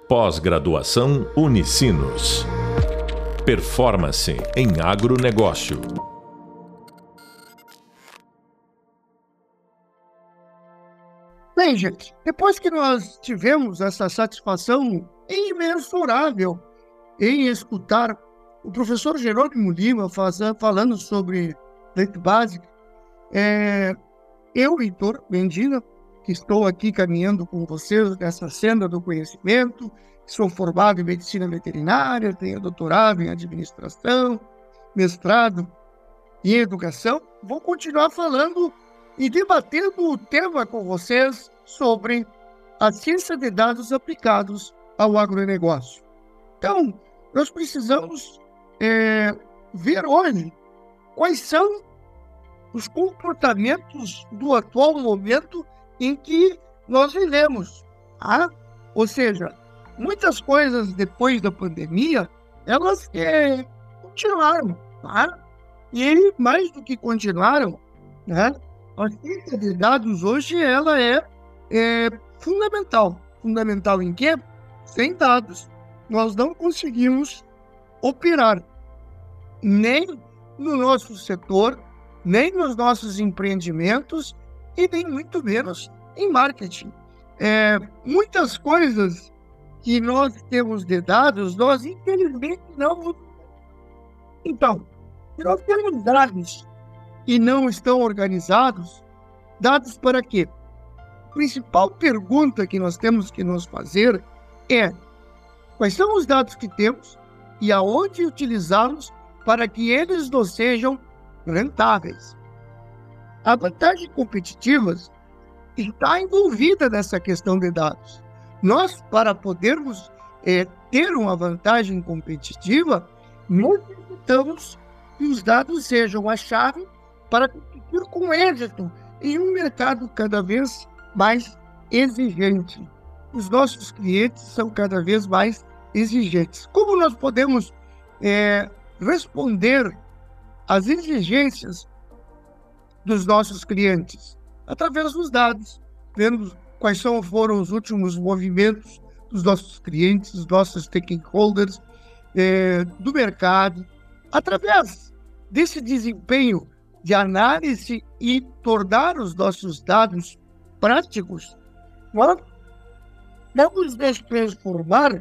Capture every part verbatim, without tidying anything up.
Pós-graduação Unicinos. Performance em agronegócio. Bem, gente, depois que nós tivemos essa satisfação imensurável em escutar o professor Jerônimo Lima faz, falando sobre leite básico, é, eu, Heitor Mendina, que estou aqui caminhando com vocês nessa senda do conhecimento, sou formado em medicina veterinária, tenho doutorado em administração, mestrado em educação, vou continuar falando e debatendo o tema com vocês sobre a ciência de dados aplicados ao agronegócio. Então, nós precisamos é, ver hoje quais são os comportamentos do atual momento em que nós vivemos. Tá? Ou seja, muitas coisas depois da pandemia, elas é, continuaram. Tá? E mais do que continuaram, né? A ciência de dados hoje ela é, é fundamental. Fundamental em quê? Sem dados, nós não conseguimos operar nem no nosso setor, nem nos nossos empreendimentos e nem muito menos em marketing. É, muitas coisas que nós temos de dados, nós infelizmente não... Então, se nós temos dados e não estão organizados, dados para quê? A principal pergunta que nós temos que nos fazer é: quais são os dados que temos e aonde utilizá-los para que eles nos sejam rentáveis? A vantagem competitiva está envolvida nessa questão de dados. Nós, para podermos é, ter uma vantagem competitiva, necessitamos que os dados sejam a chave para competir com êxito em um mercado cada vez mais exigente. Os nossos clientes são cada vez mais exigentes. Como nós podemos é, responder às exigências dos nossos clientes? Através dos dados, vendo quais são, foram os últimos movimentos dos nossos clientes, dos nossos stakeholders, é, do mercado. Através desse desempenho de análise e tornar os nossos dados práticos, nós vamos nos transformar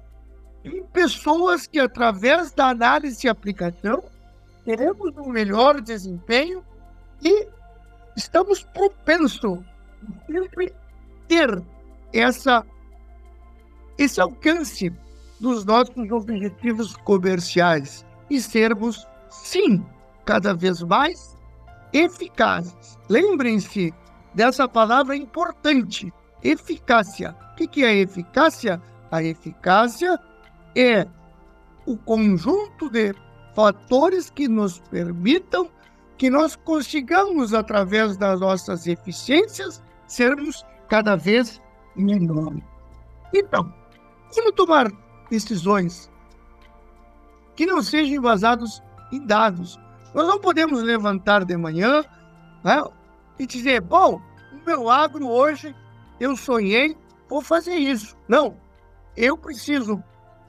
em pessoas que, através da análise e aplicação, teremos um melhor desempenho e estamos propensos a sempre ter essa, esse alcance dos nossos objetivos comerciais e sermos, sim, cada vez mais eficazes. Lembrem-se dessa palavra importante, eficácia. O que é eficácia? A eficácia é o conjunto de fatores que nos permitam que nós consigamos, através das nossas eficiências, sermos cada vez melhores. Então, como tomar decisões que não sejam embasadas em dados? Nós não podemos levantar de manhã, né, e dizer: bom, o meu agro hoje, eu sonhei, vou fazer isso. Não, eu preciso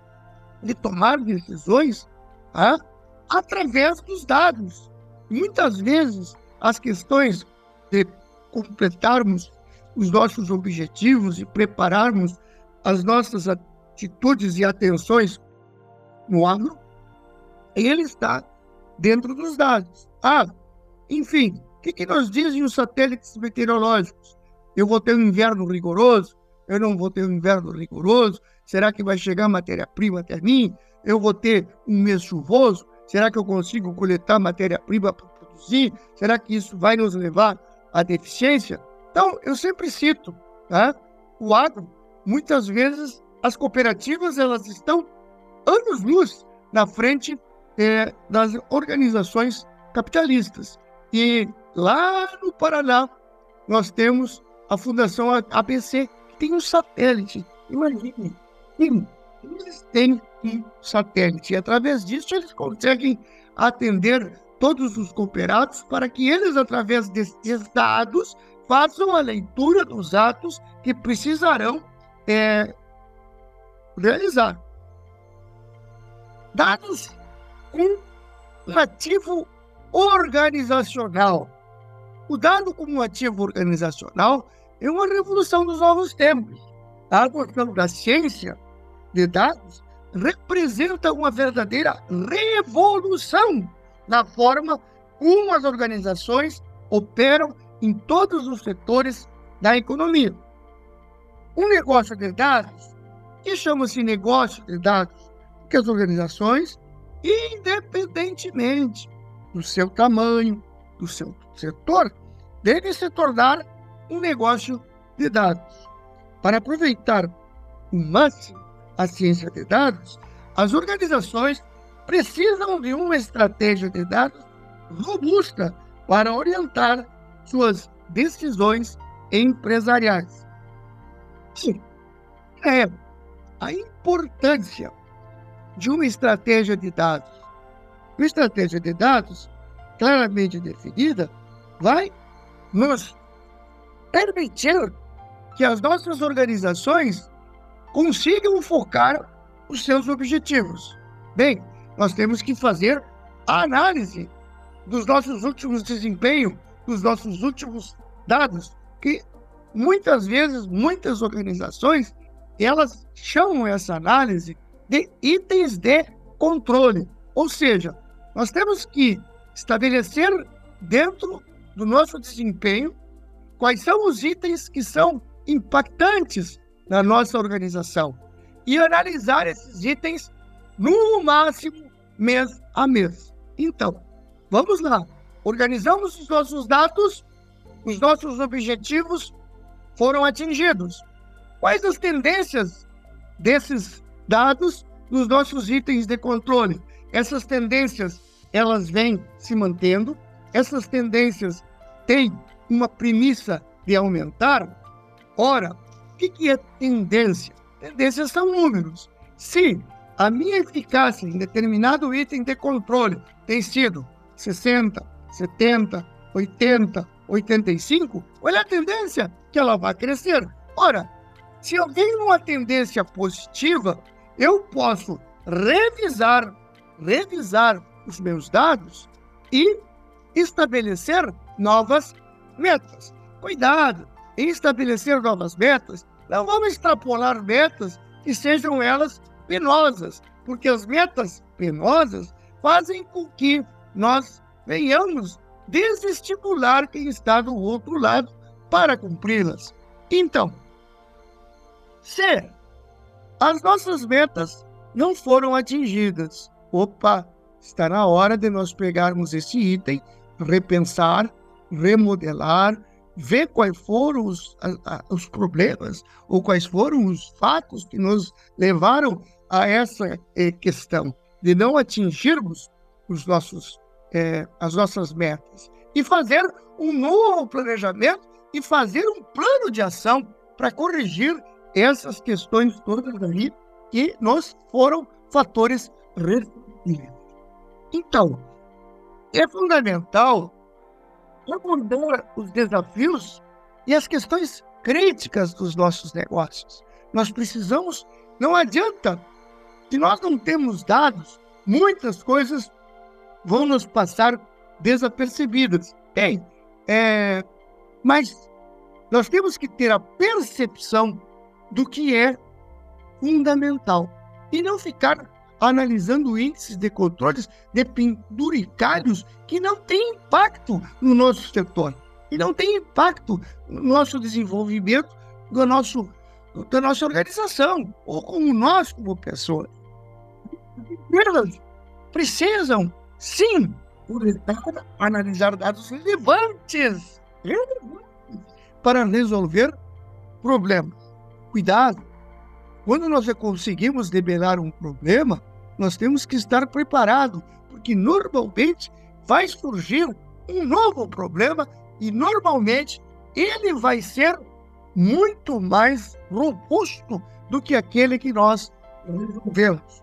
de tomar decisões, né, através dos dados. Muitas vezes, as questões de completarmos os nossos objetivos e prepararmos as nossas atitudes e atenções no agro, ele está dentro dos dados. Ah, enfim, o que, que nos dizem os satélites meteorológicos? Eu vou ter um inverno rigoroso? Eu não vou ter um inverno rigoroso? Será que vai chegar matéria-prima até mim? Eu vou ter um mês chuvoso? Será que eu consigo coletar matéria-prima para produzir? Será que isso vai nos levar à deficiência? Então, eu sempre cito, tá? O agro, muitas vezes, as cooperativas, elas estão anos-luz na frente é, das organizações capitalistas. E lá no Paraná, nós temos a Fundação A B C, que tem um satélite. Imagine, eles têm um satélite. E, através disso, eles conseguem atender todos os cooperados para que eles, através desses dados, façam a leitura dos atos que precisarão é, realizar. Dados com um ativo organizacional. O dado como ativo organizacional é uma revolução dos novos tempos. A adoção da ciência de dados representa uma verdadeira revolução na forma como as organizações operam em todos os setores da economia. Um negócio de dados, que chama-se negócio de dados, porque as organizações, independentemente do seu tamanho, do seu setor, devem se tornar um negócio de dados. Para aproveitar o máximo a ciência de dados, as organizações precisam de uma estratégia de dados robusta para orientar suas decisões empresariais. Sim, é a importância de uma estratégia de dados. Uma estratégia de dados claramente definida vai nos permitir que as nossas organizações consigam focar os seus objetivos. Bem, nós temos que fazer a análise dos nossos últimos desempenhos, dos nossos últimos dados, que muitas vezes, muitas organizações, elas chamam essa análise de itens de controle. Ou seja, nós temos que estabelecer dentro do nosso desempenho quais são os itens que são impactantes na nossa organização e analisar esses itens no máximo mês a mês. Então, vamos lá. Organizamos os nossos dados, os nossos objetivos foram atingidos. Quais as tendências desses dados nos nossos itens de controle? Essas tendências, elas vêm se mantendo, essas tendências têm uma premissa de aumentar. Ora, o que é tendência? Tendências são números. Se a minha eficácia em determinado item de controle tem sido sessenta, setenta, oitenta, oitenta e cinco, olha a tendência que ela vai crescer. Ora, se eu tenho uma tendência positiva, eu posso revisar, revisar os meus dados e estabelecer novas metas. Cuidado em estabelecer novas metas. Não vamos extrapolar metas que sejam elas penosas, porque as metas penosas fazem com que nós venhamos desestimular quem está do outro lado para cumpri-las. Então, se as nossas metas não foram atingidas, opa, está na hora de nós pegarmos esse item, repensar, remodelar, ver quais foram os, a, a, os problemas ou quais foram os fatos que nos levaram a essa eh, questão de não atingirmos os nossos, eh, as nossas metas e fazer um novo planejamento e fazer um plano de ação para corrigir essas questões todas ali que nos foram fatores restritivos. Então, é fundamental abordar os desafios e as questões críticas dos nossos negócios. Nós precisamos, não adianta, se nós não temos dados, muitas coisas vão nos passar desapercebidas. Bem, é, mas nós temos que ter a percepção do que é fundamental e não ficar analisando índices de controles de penduricalhos que não têm impacto no nosso setor e não têm impacto no nosso desenvolvimento do nosso, da nossa organização ou como nós como pessoas. Elas precisam, sim, analisar dados relevantes, relevantes para resolver problemas. Cuidado! Quando nós conseguimos debelar um problema, nós temos que estar preparados, porque normalmente vai surgir um novo problema e normalmente ele vai ser muito mais robusto do que aquele que nós resolvemos.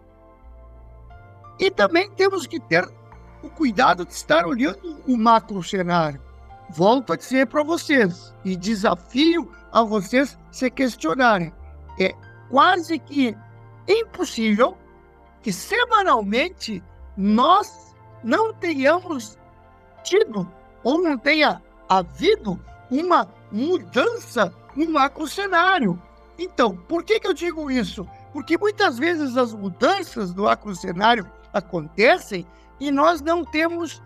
E também temos que ter o cuidado de estar olhando o macro cenário. Volto a dizer para vocês e desafio a vocês se questionarem. É quase que impossível que semanalmente nós não tenhamos tido ou não tenha havido uma mudança no macrocenário. Então, por que que eu digo isso? Porque muitas vezes as mudanças do macrocenário acontecem e nós não temos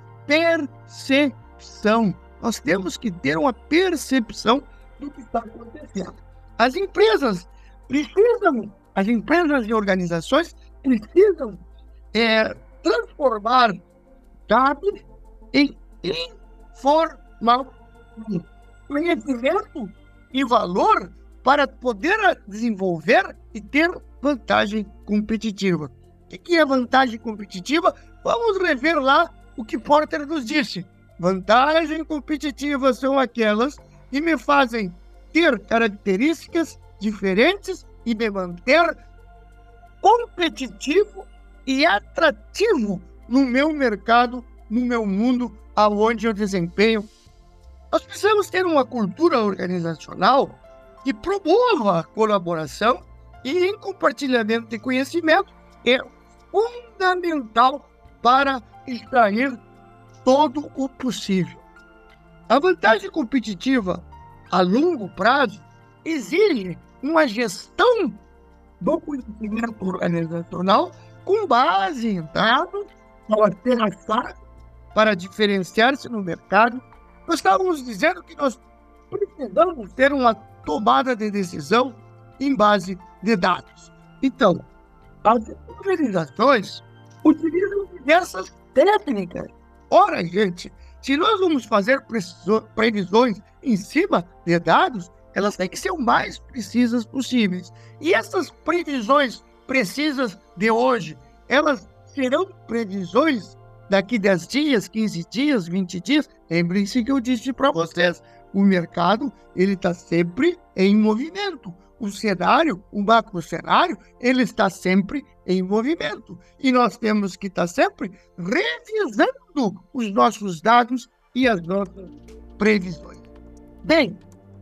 percepção. Nós temos que ter uma percepção do que está acontecendo. As empresas precisam, as empresas e organizações precisam é, transformar dados em informação, conhecimento e valor para poder desenvolver e ter vantagem competitiva. O que é vantagem competitiva? Vamos rever lá o que Porter nos disse. Vantagem competitiva são aquelas que me fazem ter características diferentes e me manter competitivo e atrativo no meu mercado, no meu mundo, aonde eu desempenho. Nós precisamos ter uma cultura organizacional que promova a colaboração e em compartilhamento de conhecimento é fundamental para extrair todo o possível. A vantagem competitiva a longo prazo exige uma gestão do conhecimento organizacional com base em dados para ter acesso, para diferenciar-se no mercado. Nós estávamos dizendo que nós precisamos ter uma tomada de decisão em base de dados. Então, as organizações utilizam diversas técnicas. Ora, gente, se nós vamos fazer previsões em cima de dados, elas têm que ser o mais precisas possíveis. E essas previsões precisas de hoje, elas serão previsões daqui dez dias, quinze dias, vinte dias. Lembrem-se que eu disse para vocês, o mercado ele está sempre em movimento. O cenário, o macro cenário, ele está sempre em movimento. E nós temos que estar sempre revisando os nossos dados e as nossas previsões. Bem,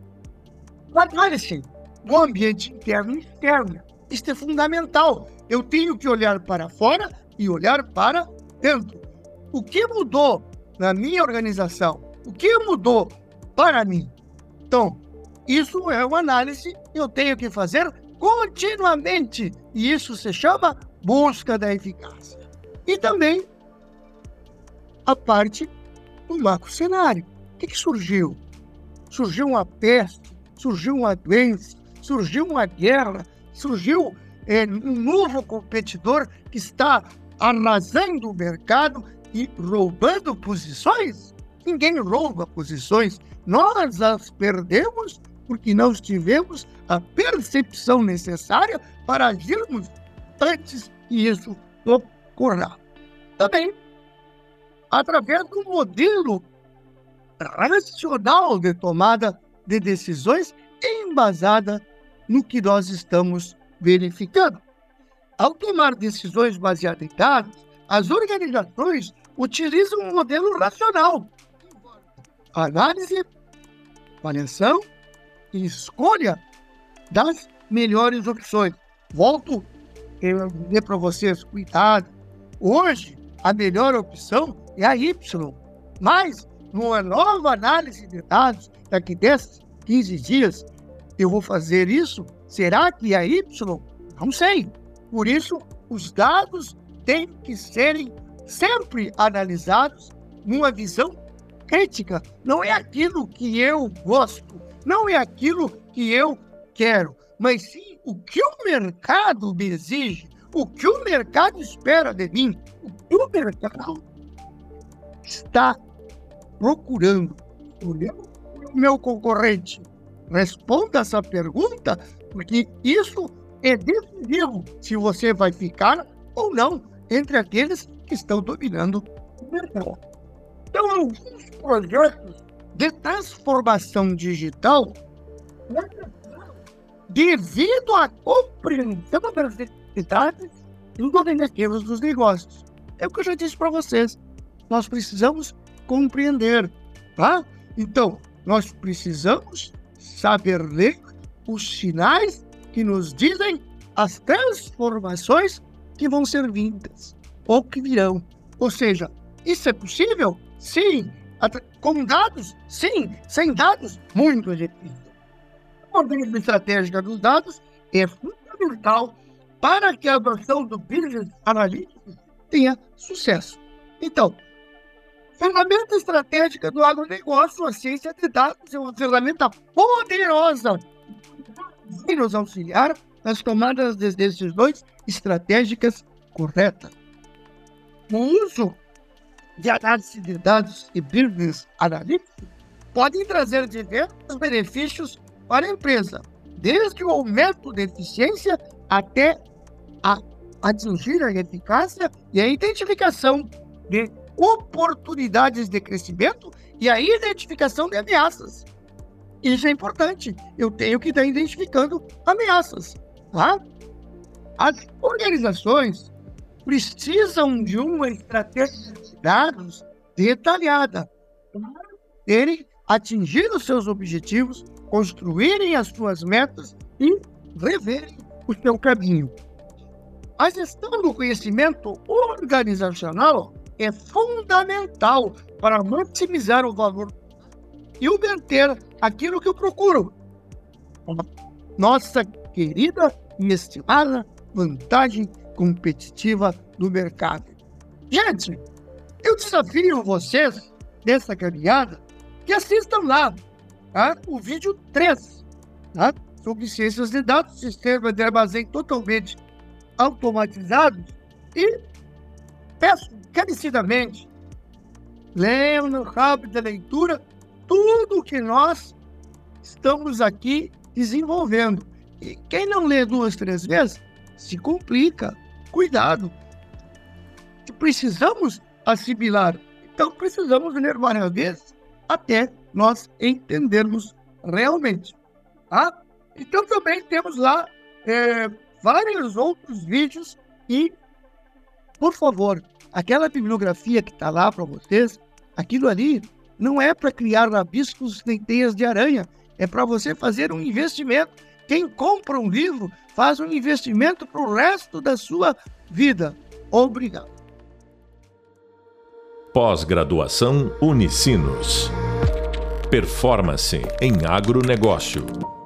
análise no ambiente interno e externo. Isso é fundamental. Eu tenho que olhar para fora e olhar para dentro. O que mudou na minha organização? O que mudou para mim? Então, isso é uma análise que eu tenho que fazer continuamente. E isso se chama busca da eficácia. E também a parte do macro cenário. O que, que surgiu? Surgiu uma peste, surgiu uma doença, surgiu uma guerra, surgiu é, um novo competidor que está arrasando o mercado e roubando posições. Ninguém rouba posições. Nós as perdemos porque não tivemos a percepção necessária para agirmos antes que isso ocorra. Também, através do modelo racional de tomada de decisões embasada no que nós estamos verificando. Ao tomar decisões baseadas em dados, as organizações utilizam um modelo racional. Análise, avaliação e escolha das melhores opções. Volto a dizer para vocês, cuidado. Hoje, a melhor opção é a Y. Mas, numa nova análise de dados, daqui dez, quinze dias, eu vou fazer isso? Será que é a Y? Não sei. Por isso, os dados têm que serem sempre analisados numa visão crítica. Não é aquilo que eu gosto, não é aquilo que eu quero, mas sim o que o mercado me exige, o que o mercado espera de mim, o que o mercado está procurando. Olhando para o meu concorrente, responda essa pergunta, porque isso é decisivo se você vai ficar ou não entre aqueles que estão dominando o mercado. Então, alguns projetos de transformação digital, devido à compreensão das necessidades dos objetivos dos negócios. É o que eu já disse para vocês. Nós precisamos compreender, tá? Então, nós precisamos saber ler os sinais que nos dizem as transformações que vão ser vindas ou que virão. Ou seja, isso é possível? Sim. Com dados? Sim. Sem dados? Muito difícil. A organização estratégica dos dados é fundamental para que a adoção do Business Analytics tenha sucesso. Então, ferramenta estratégica do agronegócio, a ciência de dados é uma ferramenta poderosa que nos auxiliar nas tomadas de decisões estratégicas corretas. O uso de análise de dados e Business Analytics podem trazer diversos benefícios para a empresa, desde o aumento da eficiência até a atingir a eficácia e a identificação de oportunidades de crescimento e a identificação de ameaças. Isso é importante. Eu tenho que estar identificando ameaças. Tá? As organizações precisam de uma estratégia de dados detalhada para terem atingir os seus objetivos, construírem as suas metas e reverem o seu caminho. A gestão do conhecimento organizacional é fundamental para maximizar o valor e obter aquilo que eu procuro. Nossa querida e estimada vantagem competitiva do mercado. Gente, eu desafio vocês nessa caminhada que assistam lá, tá? O vídeo três, tá? Sobre ciências de dados, sistema de armazém totalmente automatizados, e peço encarecidamente, leiam no rápido da leitura tudo que nós estamos aqui desenvolvendo. E quem não lê duas, três vezes, se complica. Cuidado. Precisamos assimilar. Então, precisamos ler várias vezes até nós entendermos realmente. Tá? Então, também temos lá é, vários outros vídeos e, por favor, aquela bibliografia que está lá para vocês, aquilo ali não é para criar rabiscos nem teias de aranha, é para você fazer um investimento. Quem compra um livro faz um investimento para o resto da sua vida. Obrigado. Pós-graduação Unicinos. Performance em agronegócio.